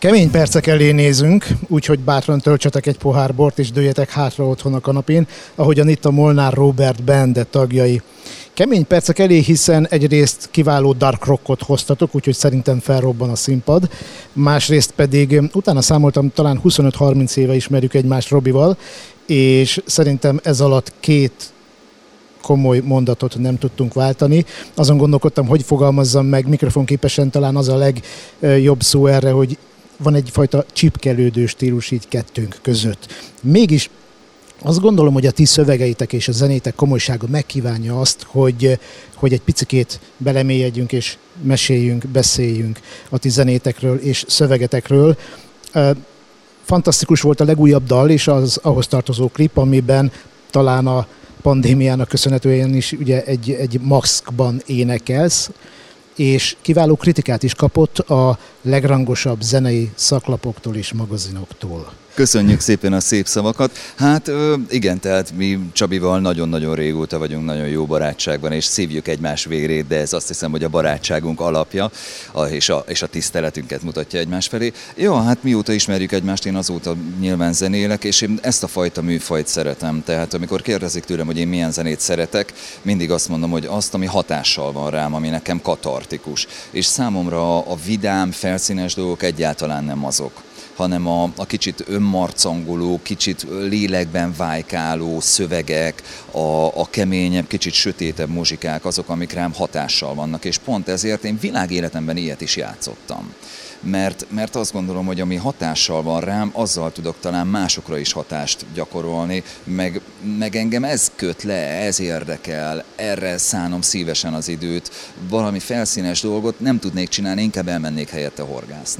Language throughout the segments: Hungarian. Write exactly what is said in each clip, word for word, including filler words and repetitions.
Kemény percek elé nézünk, úgyhogy bátran töltsetek egy pohár bort és dőljetek hátra otthon a kanapén, ahogyan itt a Molnár Róbert Band tagjai. Kemény percek elé, hiszen egyrészt kiváló dark rockot hoztatok, úgyhogy szerintem felrobban a színpad. Másrészt pedig, utána számoltam, talán huszonöt-harminc éve ismerjük egymást Robival, és szerintem ez alatt két komoly mondatot nem tudtunk váltani. Azon gondolkodtam, hogy fogalmazzam meg mikrofonképesen, talán az a legjobb szó erre, hogy van egyfajta csipkelődő stílus így kettőnk között. Mégis azt gondolom, hogy a ti szövegeitek és a zenétek komolysága megkívánja azt, hogy, hogy egy picikét belemélyedjünk és meséljünk, beszéljünk a ti zenétekről és szövegetekről. Fantasztikus volt a legújabb dal és az ahhoz tartozó klip, amiben talán a pandémiának köszönhetően is ugye egy, egy maszkban énekelsz, és kiváló kritikát is kapott a legrangosabb zenei szaklapoktól és magazinoktól. Köszönjük szépen a szép szavakat. Hát igen, tehát mi Csabival nagyon-nagyon régóta vagyunk, nagyon jó barátságban, és szívjuk egymás vérét, de ez azt hiszem, hogy a barátságunk alapja, és a, és a tiszteletünket mutatja egymás felé. Jó, hát mióta ismerjük egymást, én azóta nyilván zenélek, és én ezt a fajta műfajt szeretem. Tehát amikor kérdezik tőlem, hogy én milyen zenét szeretek, mindig azt mondom, hogy azt, ami hatással van rám, ami nekem katartikus. És számomra a vidám, felszínes dolgok egyáltalán nem azok, hanem a, a kicsit önmarcangoló, kicsit lélekben vájkáló szövegek, a, a keményebb, kicsit sötétebb muzsikák azok, amik rám hatással vannak, és pont ezért én világéletemben ilyet is játszottam. Mert, mert azt gondolom, hogy ami hatással van rám, azzal tudok talán másokra is hatást gyakorolni, meg, meg engem ez köt le, ez érdekel, erre szánom szívesen az időt, valami felszínes dolgot nem tudnék csinálni, inkább elmennék helyette horgászni.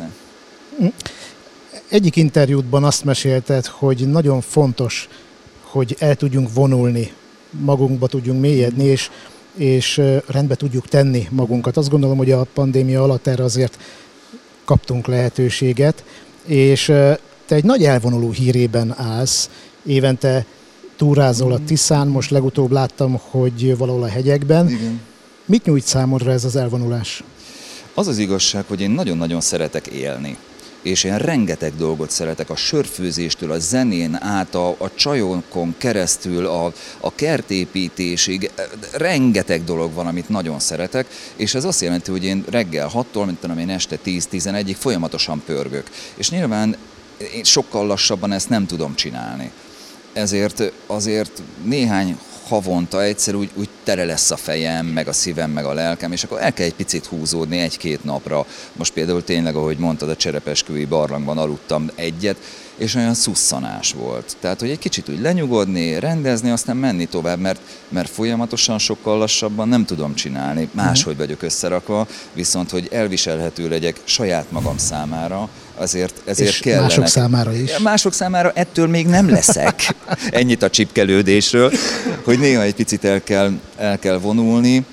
Egyik interjútban azt mesélted, hogy nagyon fontos, hogy el tudjunk vonulni, magunkba tudjunk mélyedni, és, és rendbe tudjuk tenni magunkat. Azt gondolom, hogy a pandémia alatt erre azért kaptunk lehetőséget, és te egy nagy elvonuló hírében állsz, évente túrázol a Tiszán, most legutóbb láttam, hogy valahol a hegyekben. Igen. Mit nyújt számodra ez az elvonulás? Az az igazság, hogy én nagyon-nagyon szeretek élni. És én rengeteg dolgot szeretek, a sörfőzéstől, a zenén át, a, a csajokon keresztül, a, a kertépítésig, rengeteg dolog van, amit nagyon szeretek, és ez azt jelenti, hogy én reggel hattól, mint tudom én este tíz-tizenegyig folyamatosan pörgök. És nyilván én sokkal lassabban ezt nem tudom csinálni. Ezért azért néhány havonta egyszer úgy, úgy tere lesz a fejem, meg a szívem, meg a lelkem, és akkor el kell egy picit húzódni egy-két napra. Most például tényleg, ahogy mondtad, a Cserepesküvi barlangban aludtam egyet, és olyan szusszanás volt. Tehát, hogy egy kicsit úgy lenyugodni, rendezni, aztán menni tovább, mert, mert folyamatosan sokkal lassabban nem tudom csinálni. Máshogy vagyok összerakva, viszont, hogy elviselhető legyek saját magam számára, azért ezért és kellenek. mások számára is. Mások számára ettől még nem leszek. Ennyit a csipkelődésről, hogy néha egy picit el kell, el kell vonulni,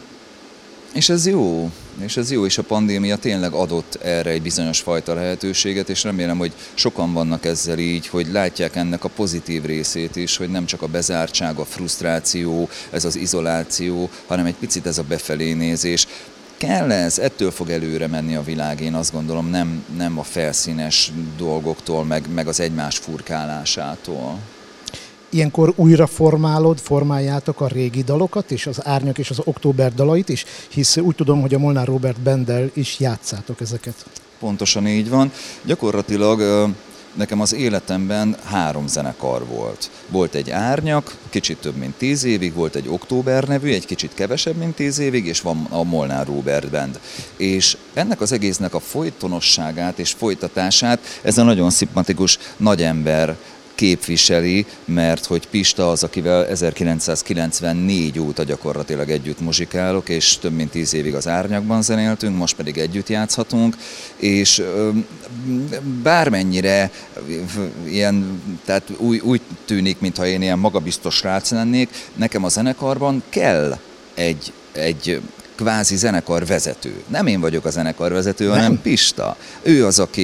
és ez jó. És ez jó, és a pandémia tényleg adott erre egy bizonyos fajta lehetőséget, és remélem, hogy sokan vannak ezzel így, hogy látják ennek a pozitív részét is, hogy nem csak a bezártság, a frusztráció, ez az izoláció, hanem egy picit ez a befelé nézés. Kell ez, ettől fog előre menni a világ, én azt gondolom, nem, nem a felszínes dolgoktól, meg, meg az egymás furkálásától. Ilyenkor újra formálod, formáljátok a régi dalokat, és az Árnyak és az Október dalait is, hisz úgy tudom, hogy a Molnár Róbert Banddel is játszátok ezeket. Pontosan így van. Gyakorlatilag nekem az életemben három zenekar volt. Volt egy Árnyak, kicsit több mint tíz évig, volt egy Október nevű, egy kicsit kevesebb, mint tíz évig, és van a Molnár Róbert Band. És ennek az egésznek a folytonosságát és folytatását ez a nagyon szimpatikus nagyember képviseli, mert hogy Pista az, akivel ezerkilencszázkilencvennégy óta gyakorlatilag együtt muzsikálok, és több mint tíz évig az Árnyakban zenéltünk, most pedig együtt játszhatunk, és bármennyire ilyen, tehát úgy, úgy tűnik, mintha én ilyen magabiztos srác lennék, nekem a zenekarban kell egy, egy kvázi zenekarvezető. Nem én vagyok a zenekarvezető, hanem Pista. Ő az, aki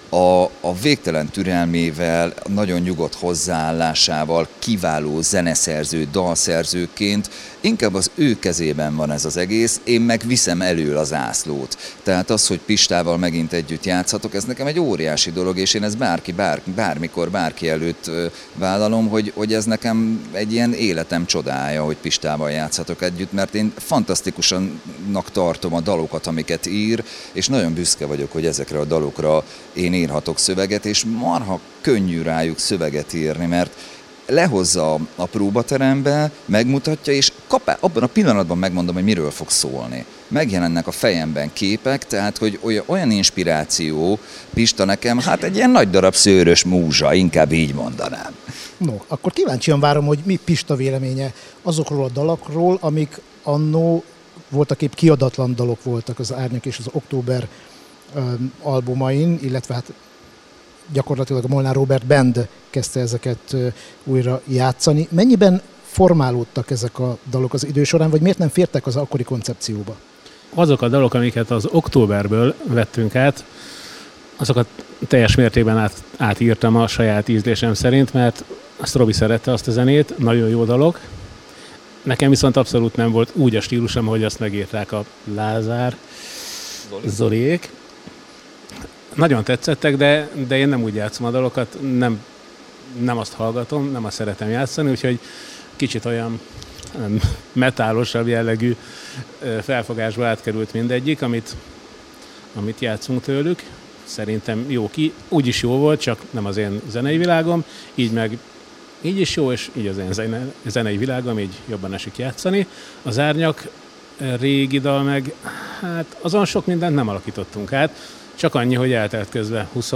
a, a végtelen türelmével, nagyon nyugodt hozzáállásával, kiváló zeneszerző, dalszerzőként inkább az ő kezében van ez az egész, én meg viszem elől az ászlót. Tehát az, hogy Pistával megint együtt játszhatok, ez nekem egy óriási dolog, és én ezt bárki, bár, bármikor, bárki előtt vállalom, hogy, hogy ez nekem egy ilyen életem csodája, hogy Pistával játszhatok együtt, mert én fantasztikusannak tartom a dalokat, amiket ír, és nagyon büszke vagyok, hogy ezekre a dalokra én írhatok szöveget, és marha könnyű rájuk szöveget írni, mert lehozza a próbaterembe, megmutatja, és kapá, abban a pillanatban megmondom, hogy miről fog szólni. Megjelennek a fejemben képek, tehát, hogy olyan, olyan inspiráció, Pista nekem, hát egy ilyen nagy darab szőrös múzsa, inkább így mondanám. No, akkor kíváncsian várom, hogy mi Pista véleménye azokról a dalokról, amik annó voltak épp kiadatlan dalok voltak az Árnyak és az Október um, albumain, illetve hát gyakorlatilag a Molnár Róbert Band kezdte ezeket uh, újra játszani. Mennyiben formálódtak ezek a dalok az idő során, vagy miért nem fértek az akkori koncepcióba? Azok a dalok, amiket az Októberből vettünk át, azokat teljes mértékben át, átírtam a saját ízlésem szerint, mert azt Robi szerette, azt a zenét, nagyon jó dalok. Nekem viszont abszolút nem volt úgy a stílusom, hogy azt megírták a Lázár, Zoli. Zoliék. Nagyon tetszettek, de, de én nem úgy játszom a dalokat, nem, nem azt hallgatom, nem azt szeretem játszani, úgyhogy kicsit olyan metálosabb jellegű felfogásba átkerült mindegyik, amit, amit játszunk tőlük. Szerintem jó ki, úgy is jó volt, csak nem az én zenei világom, így meg így is jó, és így az én zene, zenei világom, így jobban esik játszani. Az Árnyak régi dal meg, hát azon sok mindent nem alakítottunk át, csak annyi, hogy eltelt közben húsz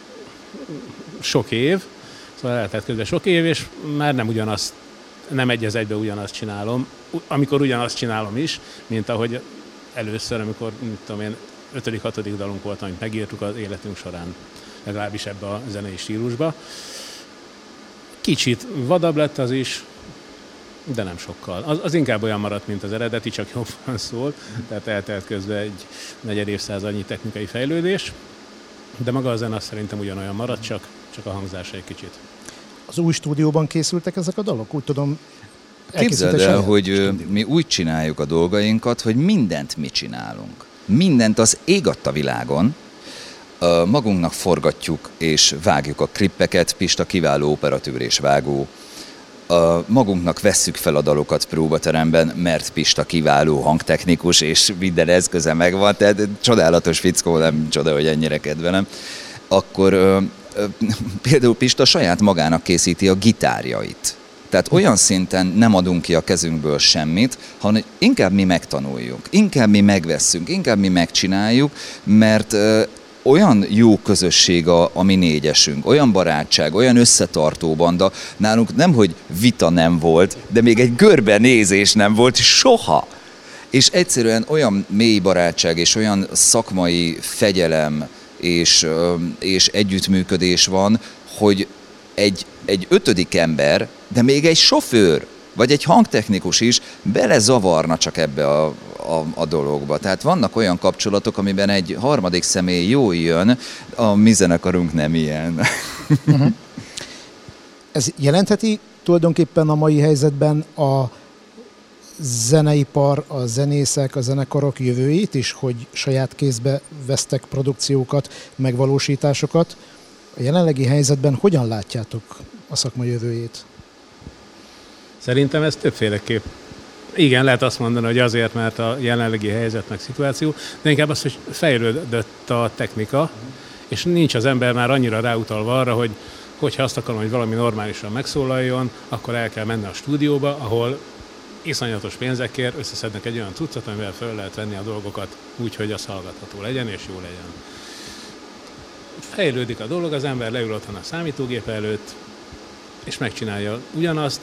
sok év, szóval eltelt közben sok év, és már nem ugyanazt, nem egy az egybe ugyanazt csinálom, amikor ugyanazt csinálom is, mint ahogy először, amikor, mit tudom én, ötödik, hatodik dalunk volt, amit megírtuk az életünk során, legalábbis ebbe a zenei stílusba. Kicsit vadabb lett az is, de nem sokkal. Az, az inkább olyan maradt, mint az eredeti, csak jobban szól, tehát eltelt közben egy negyed évszázadnyi technikai fejlődés, de maga a zene szerintem ugyanolyan maradt, csak, csak a hangzása egy kicsit. Az új stúdióban készültek ezek a dalok? Úgy tudom, képzeld el, hogy stúdió. Mi úgy csináljuk a dolgainkat, hogy mindent mi csinálunk. Mindent az ég adta világon, magunknak forgatjuk és vágjuk a klippeket, Pista kiváló operatőr és vágó. Magunknak vesszük fel a dalokat próbateremben, mert Pista kiváló hangtechnikus, és minden eszköze megvan, tehát csodálatos fickó, nem csoda, hogy ennyire kedvelem. Akkor például Pista saját magának készíti a gitárjait. Tehát olyan szinten nem adunk ki a kezünkből semmit, hanem inkább mi megtanuljuk, inkább mi megvesszünk, inkább mi megcsináljuk, mert ö, olyan jó közösség a, a mi négyesünk, olyan barátság, olyan összetartó banda, nálunk nem, hogy vita nem volt, de még egy görbenézés nem volt soha. És egyszerűen olyan mély barátság és olyan szakmai fegyelem és, ö, és együttműködés van, hogy egy, egy ötödik ember, de még egy sofőr, vagy egy hangtechnikus is belezavarna csak ebbe a, a, a dologba. Tehát vannak olyan kapcsolatok, amiben egy harmadik személy jó jön, a mi zenekarunk nem ilyen. Uh-huh. Ez jelentheti tulajdonképpen a mai helyzetben a zeneipar, a zenészek, a zenekarok jövőjét is, hogy saját kézbe vesztek produkciókat, megvalósításokat. A jelenlegi helyzetben hogyan látjátok a szakma jövőjét? Szerintem ez többféleképp. Igen, lehet azt mondani, hogy azért, mert a jelenlegi helyzet meg szituáció, de inkább az, hogy fejlődött a technika, és nincs az ember már annyira ráutalva arra, hogy hogyha azt akarom, hogy valami normálisan megszólaljon, akkor el kell menni a stúdióba, ahol iszonyatos pénzekért összeszednek egy olyan cuccot, amivel fel lehet venni a dolgokat úgy, hogy az hallgatható legyen és jó legyen. Fejlődik a dolog, az ember leül otthon a számítógép előtt, és megcsinálja ugyanazt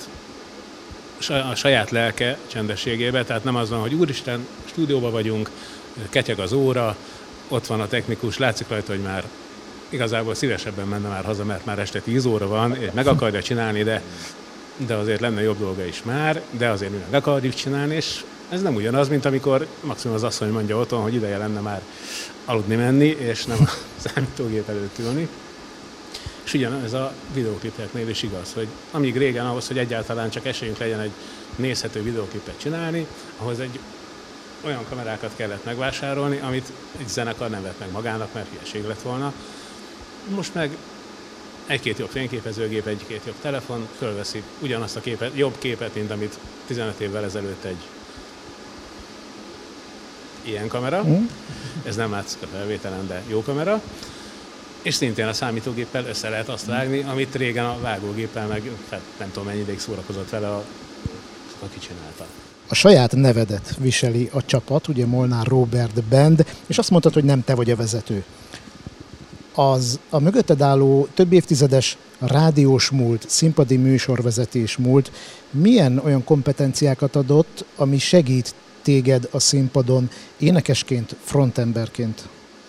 a saját lelke csendességébe, tehát nem az van, hogy úristen, stúdióban vagyunk, ketyeg az óra, ott van a technikus, látszik rajta, hogy már igazából szívesebben menne már haza, mert már este tíz óra van, és meg akarja csinálni, de, de azért lenne jobb dolga is már, de azért meg akarjuk csinálni, és Ez nem ugyanaz, mint amikor maximum az asszony mondja otthon, hogy ideje lenne már aludni menni, és nem a számítógép előtt ülni. És ugyanez a videóklipeknél is igaz, hogy amíg régen ahhoz, hogy egyáltalán csak esélyünk legyen egy nézhető videóklipet csinálni, ahhoz egy olyan kamerákat kellett megvásárolni, amit egy zenekar nem vett meg magának, mert hülyeség lett volna. Most meg egy-két jobb fényképezőgép, egy-két jobb telefon fölveszi ugyanazt a képet, jobb képet, mint amit tizenöt évvel ezelőtt egy ilyen kamera. Mm. Ez nem látszik a felvételen, de jó kamera. És szintén a számítógéppel össze lehet azt vágni, amit régen a vágógéppel meg nem tudom mennyi ideig szórakozott vele, a, aki csinálta. A saját nevedet viseli a csapat, ugye Molnár Róbert Band, és azt mondtad, hogy nem te vagy a vezető. Az a mögötted álló több évtizedes rádiós múlt, színpadi műsorvezetés múlt milyen olyan kompetenciákat adott, ami segít téged a színpadon énekesként, frontemberként?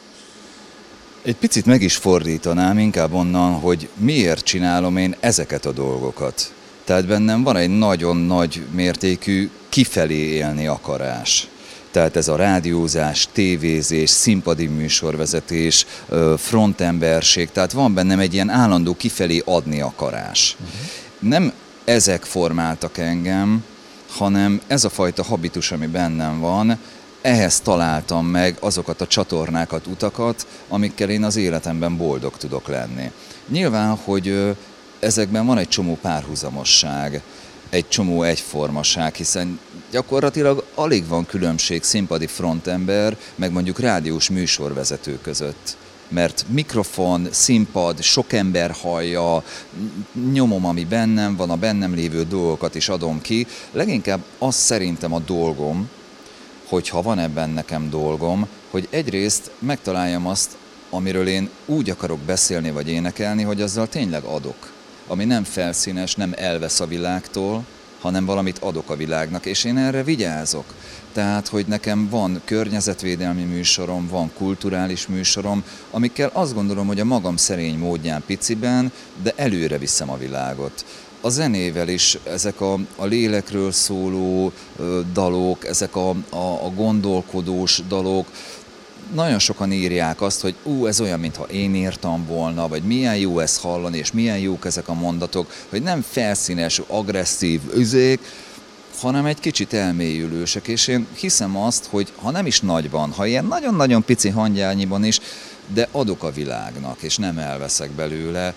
Egy picit meg is fordítanám inkább onnan, hogy miért csinálom én ezeket a dolgokat. Tehát bennem van egy nagyon nagy mértékű kifelé élni akarás. Tehát ez a rádiózás, tévézés, színpadi műsorvezetés, frontemberség, tehát van bennem egy ilyen állandó kifelé adni akarás. Uh-huh. Nem ezek formáltak engem, hanem ez a fajta habitus, ami bennem van, ehhez találtam meg azokat a csatornákat, utakat, amikkel én az életemben boldog tudok lenni. Nyilván, hogy ezekben van egy csomó párhuzamosság, egy csomó egyformaság, hiszen gyakorlatilag alig van különbség színpadi frontember, meg mondjuk rádiós műsorvezető között. Mert mikrofon, színpad, sok ember hallja, nyomom, ami bennem van, a bennem lévő dolgokat is adom ki. Leginkább az szerintem a dolgom, hogyha van ebben nekem dolgom, hogy egyrészt megtaláljam azt, amiről én úgy akarok beszélni vagy énekelni, hogy azzal tényleg adok. Ami nem felszínes, nem elvesz a világtól, hanem valamit adok a világnak, és én erre vigyázok. Tehát, hogy nekem van környezetvédelmi műsorom, van kulturális műsorom, amikkel azt gondolom, hogy a magam szerény módján piciben, de előre viszem a világot. A zenével is ezek a, a lélekről szóló ö, dalok, ezek a, a, a gondolkodós dalok, nagyon sokan írják azt, hogy ú, ez olyan, mintha én írtam volna, vagy milyen jó ezt hallani, és milyen jók ezek a mondatok, hogy nem felszínes, agresszív üzék, hanem egy kicsit elmélyülősek, és én hiszem azt, hogy ha nem is nagyban, ha ilyen nagyon-nagyon pici hangyányiban is, de adok a világnak, és nem elveszek belőle,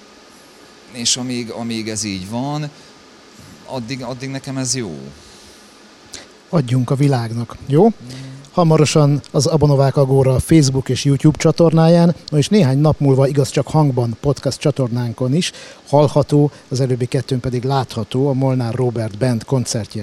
és amíg, amíg ez így van, addig, addig nekem ez jó. Adjunk a világnak, jó? Hamarosan az Abonovák Agóra Facebook és YouTube csatornáján, és néhány nap múlva, igaz csak hangban, podcast csatornánkon is hallható, az előbbi kettőn pedig látható a Molnár Róbert Band koncertje.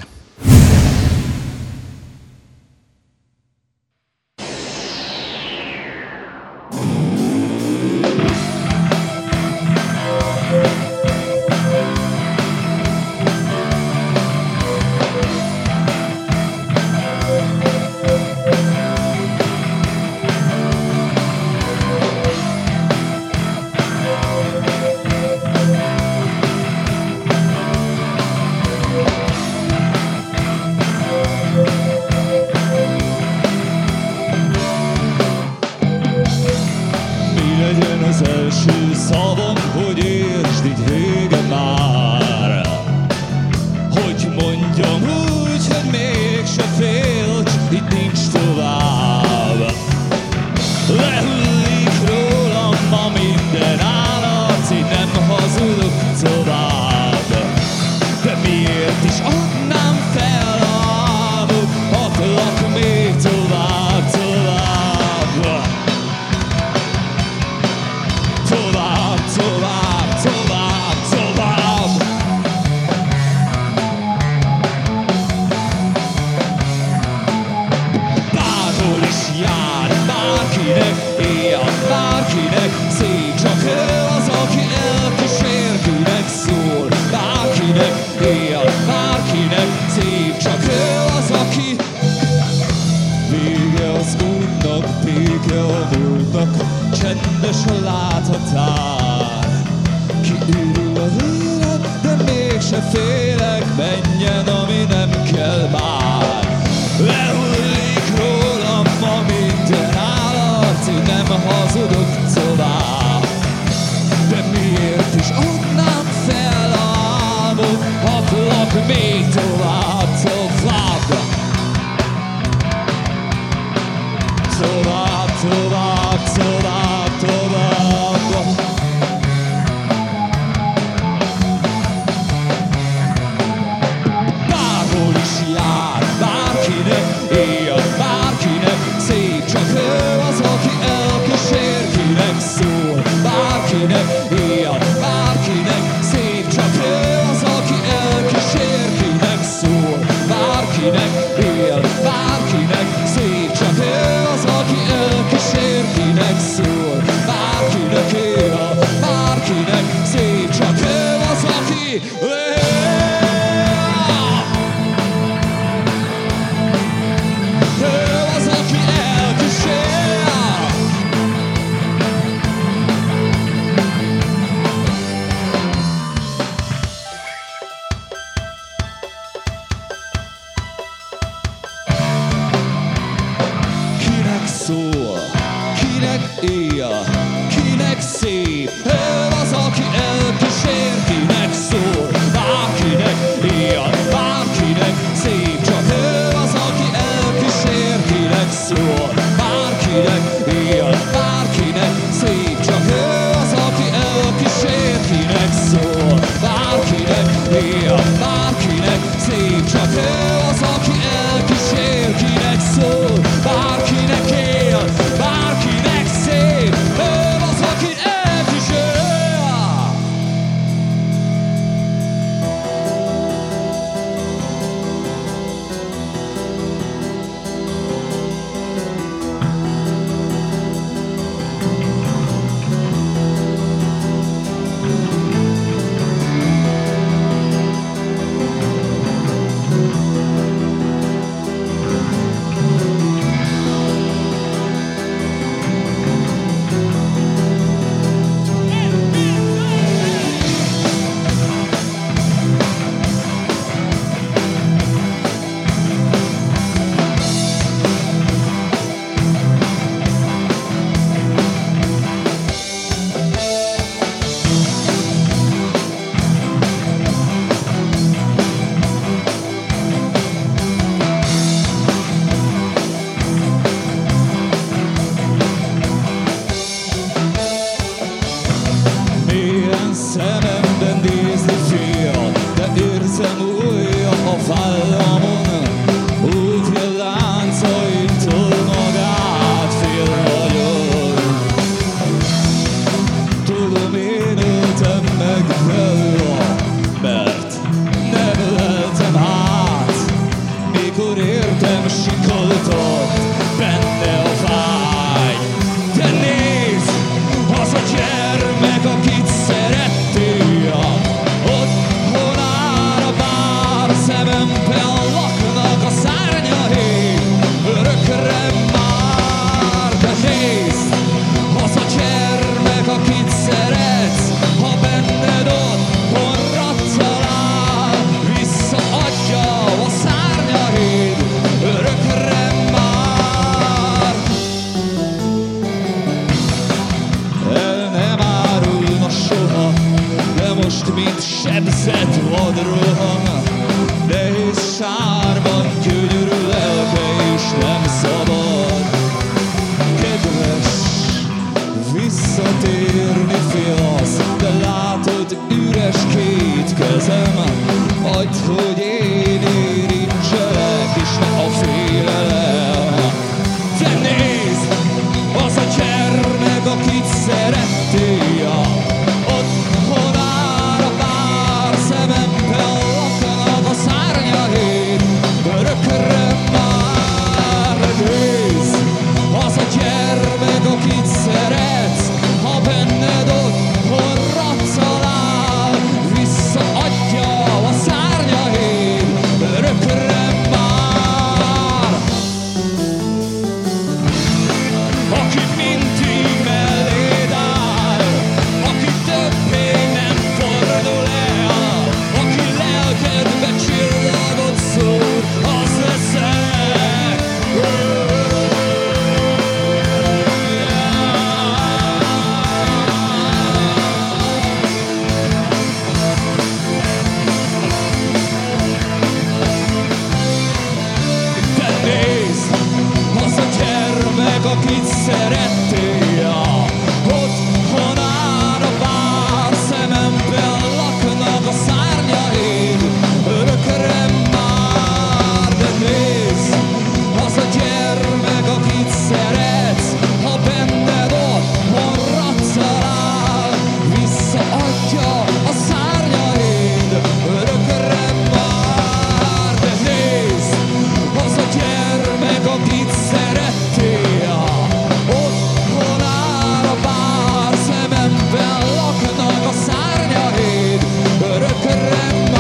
Félek, menjen, ami nem kell már. Lehullik rólam ma minden állat, én nem hazudok tovább. De miért is adnám fel a álmot, hatlak még tovább, tovább. Tovább, tovább, tovább, tovább. Bárhol is jár, bárkinek él, bárkinek szép, csak ő az, aki elkísér, kinek szól. Bárkinek él, bárkinek szép, csak ő az, aki elkísér, kinek szól. Bárkinek él, bárkinek szép, csak ő az, aki elkísér, kinek szól. Bárkinek él, bárkinek szép, csak ő az, aki él. Ő az, aki elkísér. Kinek szól, kinek él, kinek szép, ő az, aki elkísér, kinek szól. Bárkinek él, bárkinek szép, csak ő az, aki elkísér, kinek szól. Bárkinek él, bárkinek szép, csak ő az, aki elkísér, kinek szól. Bárkinek él, bárkinek szép, csak ő az, aki elkísér, kinek szól. Bárkinek él, bárkinek szép, ő az, aki elkísér. Mélyen szememben nézni fél, de érzem újra a vállamon. Útja láncaitól magát fél nagyon. Tudom, én öltem meg belőle, mert nem öltem át. Mikor értem sikoltott benne a vágy. De nézd, az a gyermek, akit szerettél, otthon áll a bár szememben, laknak a szárnyai örökre már. De nézd, az a gyermek, akit szeretsz, ha benned otthonra talál, visszaadja a szárnyaid örökre már. El nem árulna soha, de most mint sebzett vad rohan. Nehéz sárban gyönyörű lelke is nem szabad. Kedves, visszatérni félsz, de látod üres két kezem. Hagyd, hogy én érintselek, és ne a félelem. De nézd, az a gyermek, akit szerettél, otthon áll a bár szememben, akit szerettél. Otthon áll a vár, szememben laknak a szárnyaid, örökre már. De nézd, az a gyermek, akit szeretsz, ha benned otthon racolál, visszaadja a szárnyaid, örökre már. De nézd, az a gyermek, akit szerettél, otthon áll a vár, szememben laknak a szárnyaid, örökre már.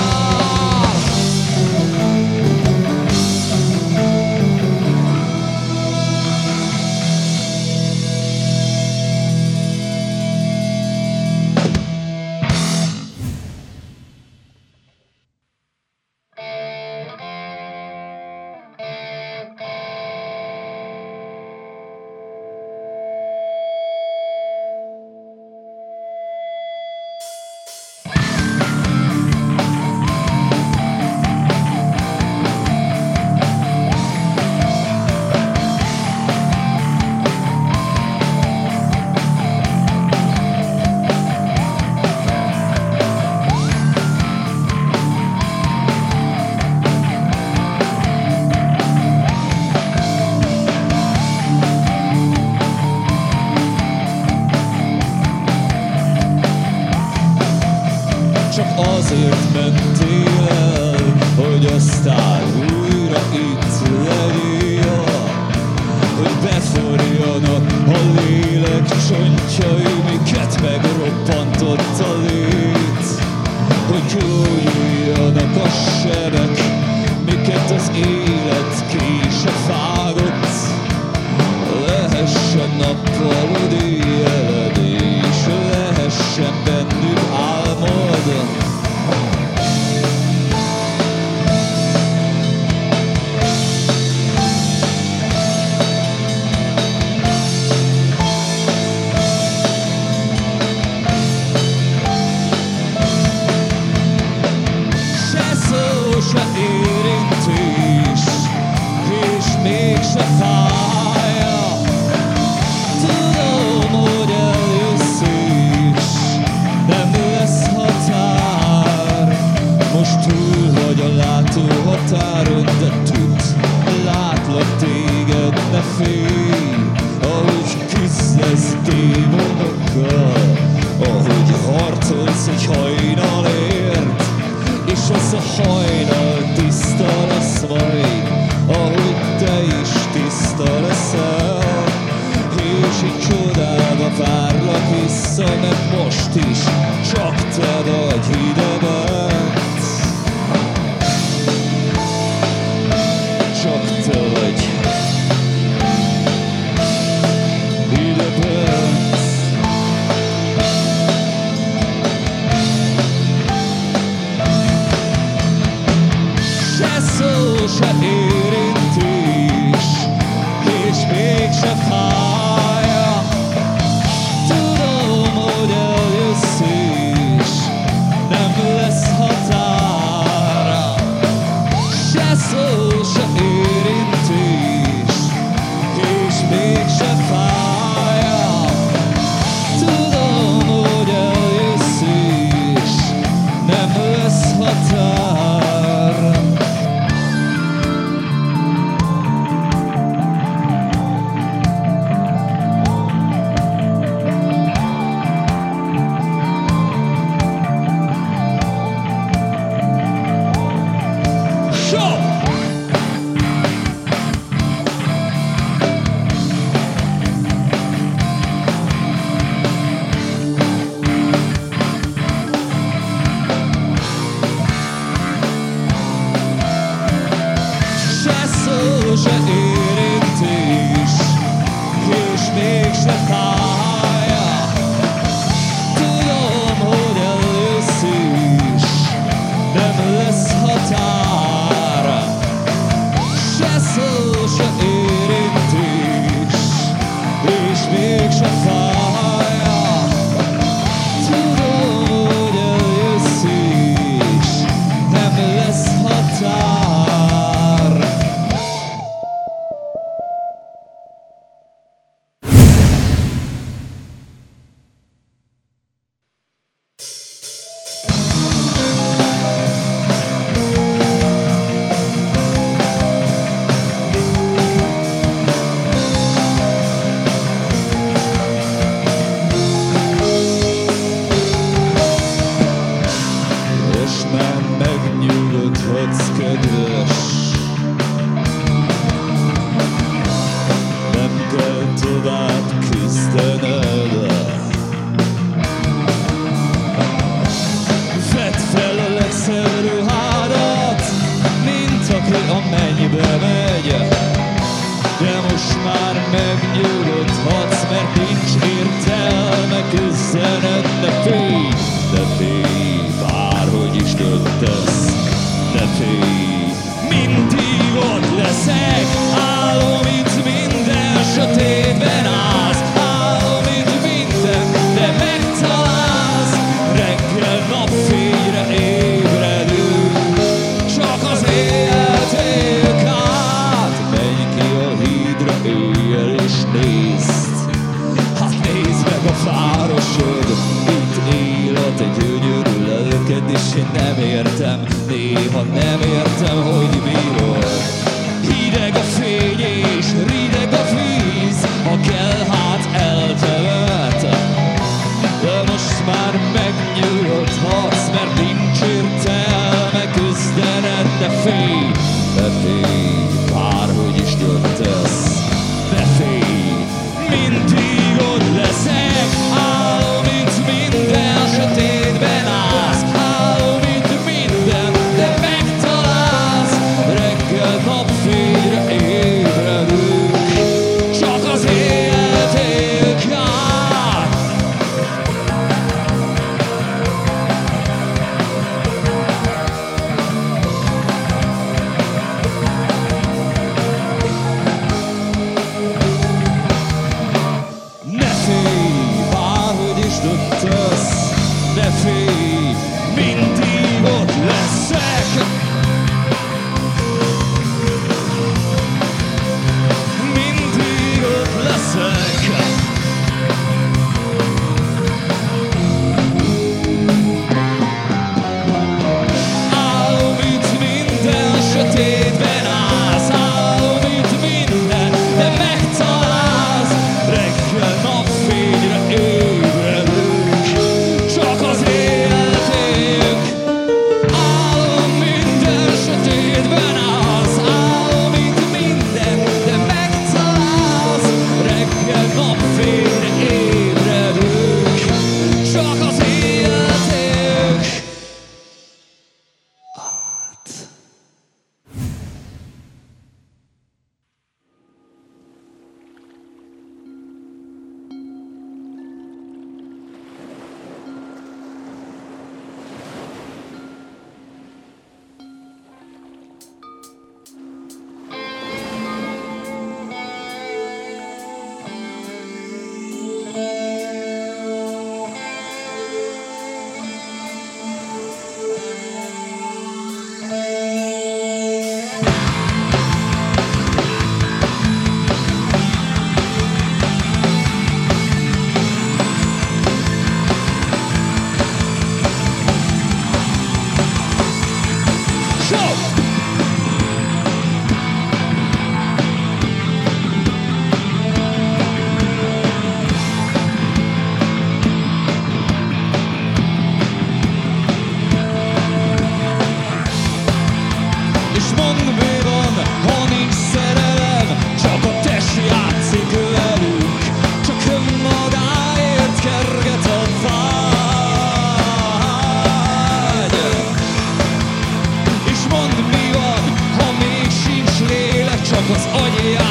Csak azért mentél el, hogy aztán újra itt legyél, hogy beforjanak a lélek csontjai, miket megroppantott a lét, hogy gyógyuljanak a sebek, miket az élet kése fágott, lehessen nappal éjjeled, és lehessen bennük álmod. Se szó, se érintés, és mégse fáj. Tudom, hogy eljössz is, nem lesz határ. Most túl vagy a látóhatáron, de tudd, látlak téged, ne félj. Ahogy küzdesz démonokkal, ahogy harcolsz egy hajnalért, és az a hajnal tiszta lesz majd, ahogy te is tiszta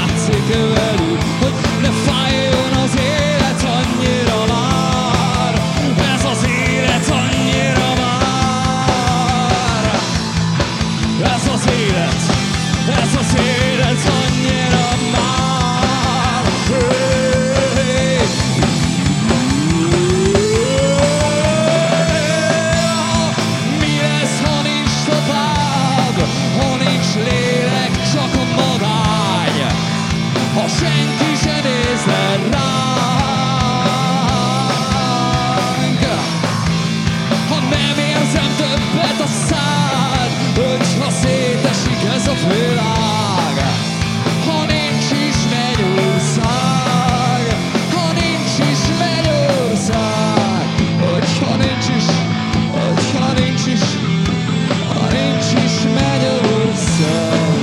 játszik velük, hogy ne fájjon az élet annyira már. Ez az élet annyira már. Ez az élet, ez az élet annyira már. Mi lesz, ha nincs tovább, ha nincs lélek, csak a magány, ha senki se nézne ránk, ha nem érzem többet a szád, hogyha szétesik ez a világ, ha nincs is mennyország, ha nincs is mennyország, hogyha nincs is, hogyha nincs is, ha nincs is mennyország.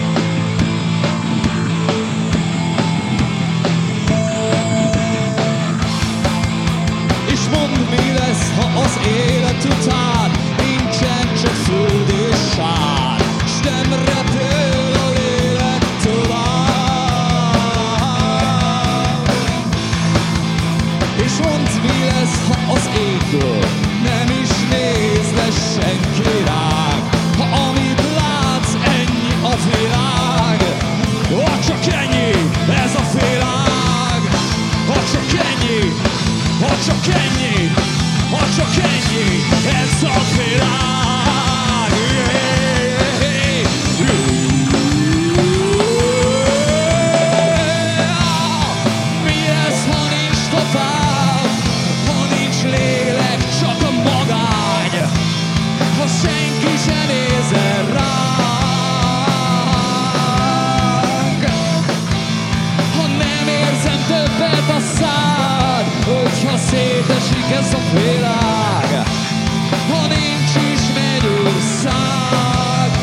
És mondd, mi lesz, ha az élet után nincsen csak föld és sár, s nem repül a lélek tovább. És mondd, mi lesz, ha az égből nem is néz le senki ránk, ha amit látsz, ennyi a világ, ha csak ennyi ez a világ, ha csak ennyi, ha csak ennyi, ha csak ennyi ez a világ. Mi lesz, ha nincs tovább, ha nincs lélek, csak a magány, ha senki se nézel ránk, ha nem érzem többet a szád, hogyha szétesik ez a világ, ha nincs is mennyország.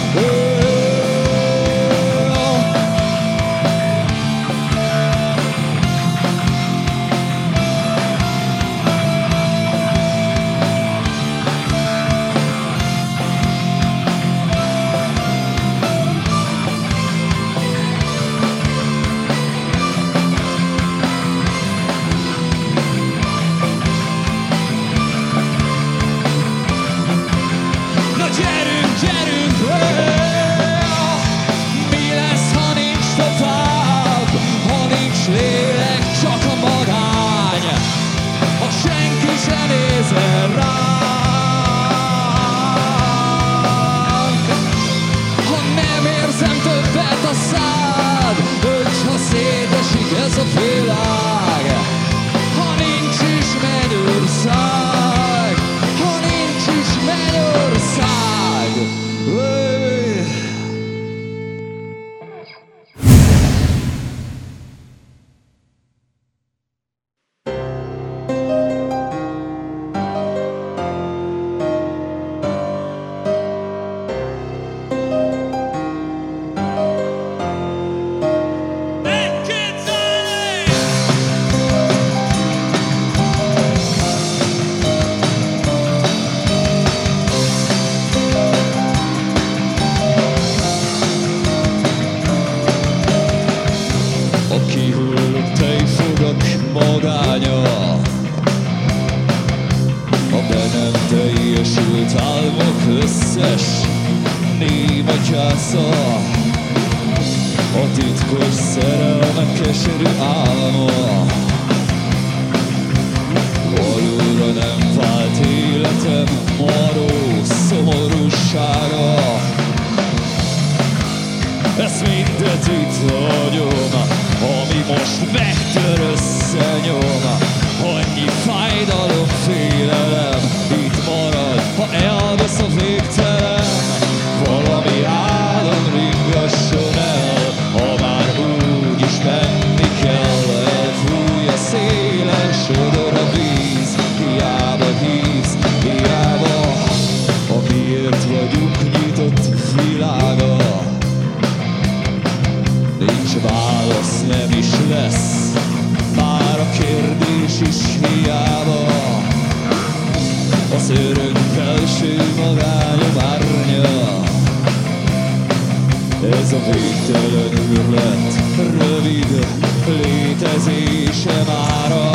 Na gyerünk, gyerünk, mi lesz, ha nincs tovább, ha nincs lélek, csak a magány, ha senki se nézel ránk, ha nem érzem többet a szád, hogyha szétesik ez a világ, ha nincs is mennyország, ha nincs is mennyország. A kihullt tejfogak magánya, a be nem teljesült álmok összes néma gyásza, a titkos szerelmek keserű álma, valóra nem vált életem maró szomorúsága. Ezt mindet itt hagyom, ami most megtör összenyom. Annyi fájdalom, félelem itt marad, ha elvesz a végtelen. Valami álom ringasson el, ha már úgy is menni kell. Elfúj a szélen, sodor a víz, hiába hívsz, hiába. A miért vagyunk nyitott világa, nincs válasz, nem is lesz, már a kérdés is hiába. Az örök felső magányom árnya, Ez a végtelen űrlet rövid létezése mára.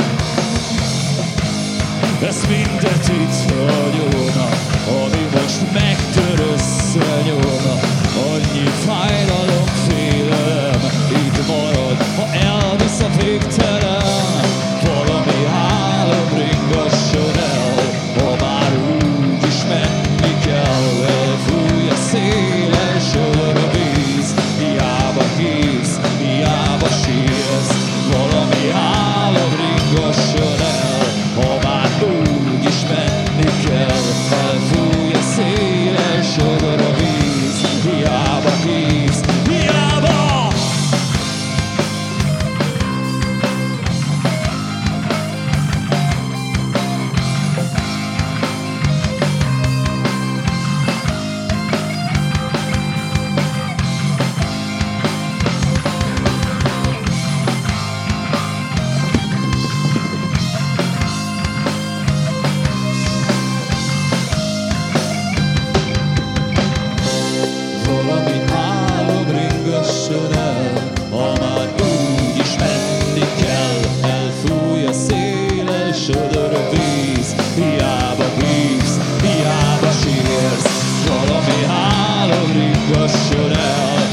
Ez mindet itt hagyóna, ami most megtör összenyúlna. Annyi fájdalom, félelem itt marad, ha elvisz a végtelen. Valami álom ringasson el, ha már úgy is menni kell. Elfúj a szélen, sodor a víz, hiába hívsz, hiába sírsz. Valami álom ringasson el, ha már úgy is menni kell. Elfúj a szélen, sodor a víz, hiába hívsz, hiába. Valami álom ringasson el, ha már úgy is menni kell. Elfúj a szélen, sodor a víz, hiába hívsz, hiába sírsz. Valami álom ringasson el,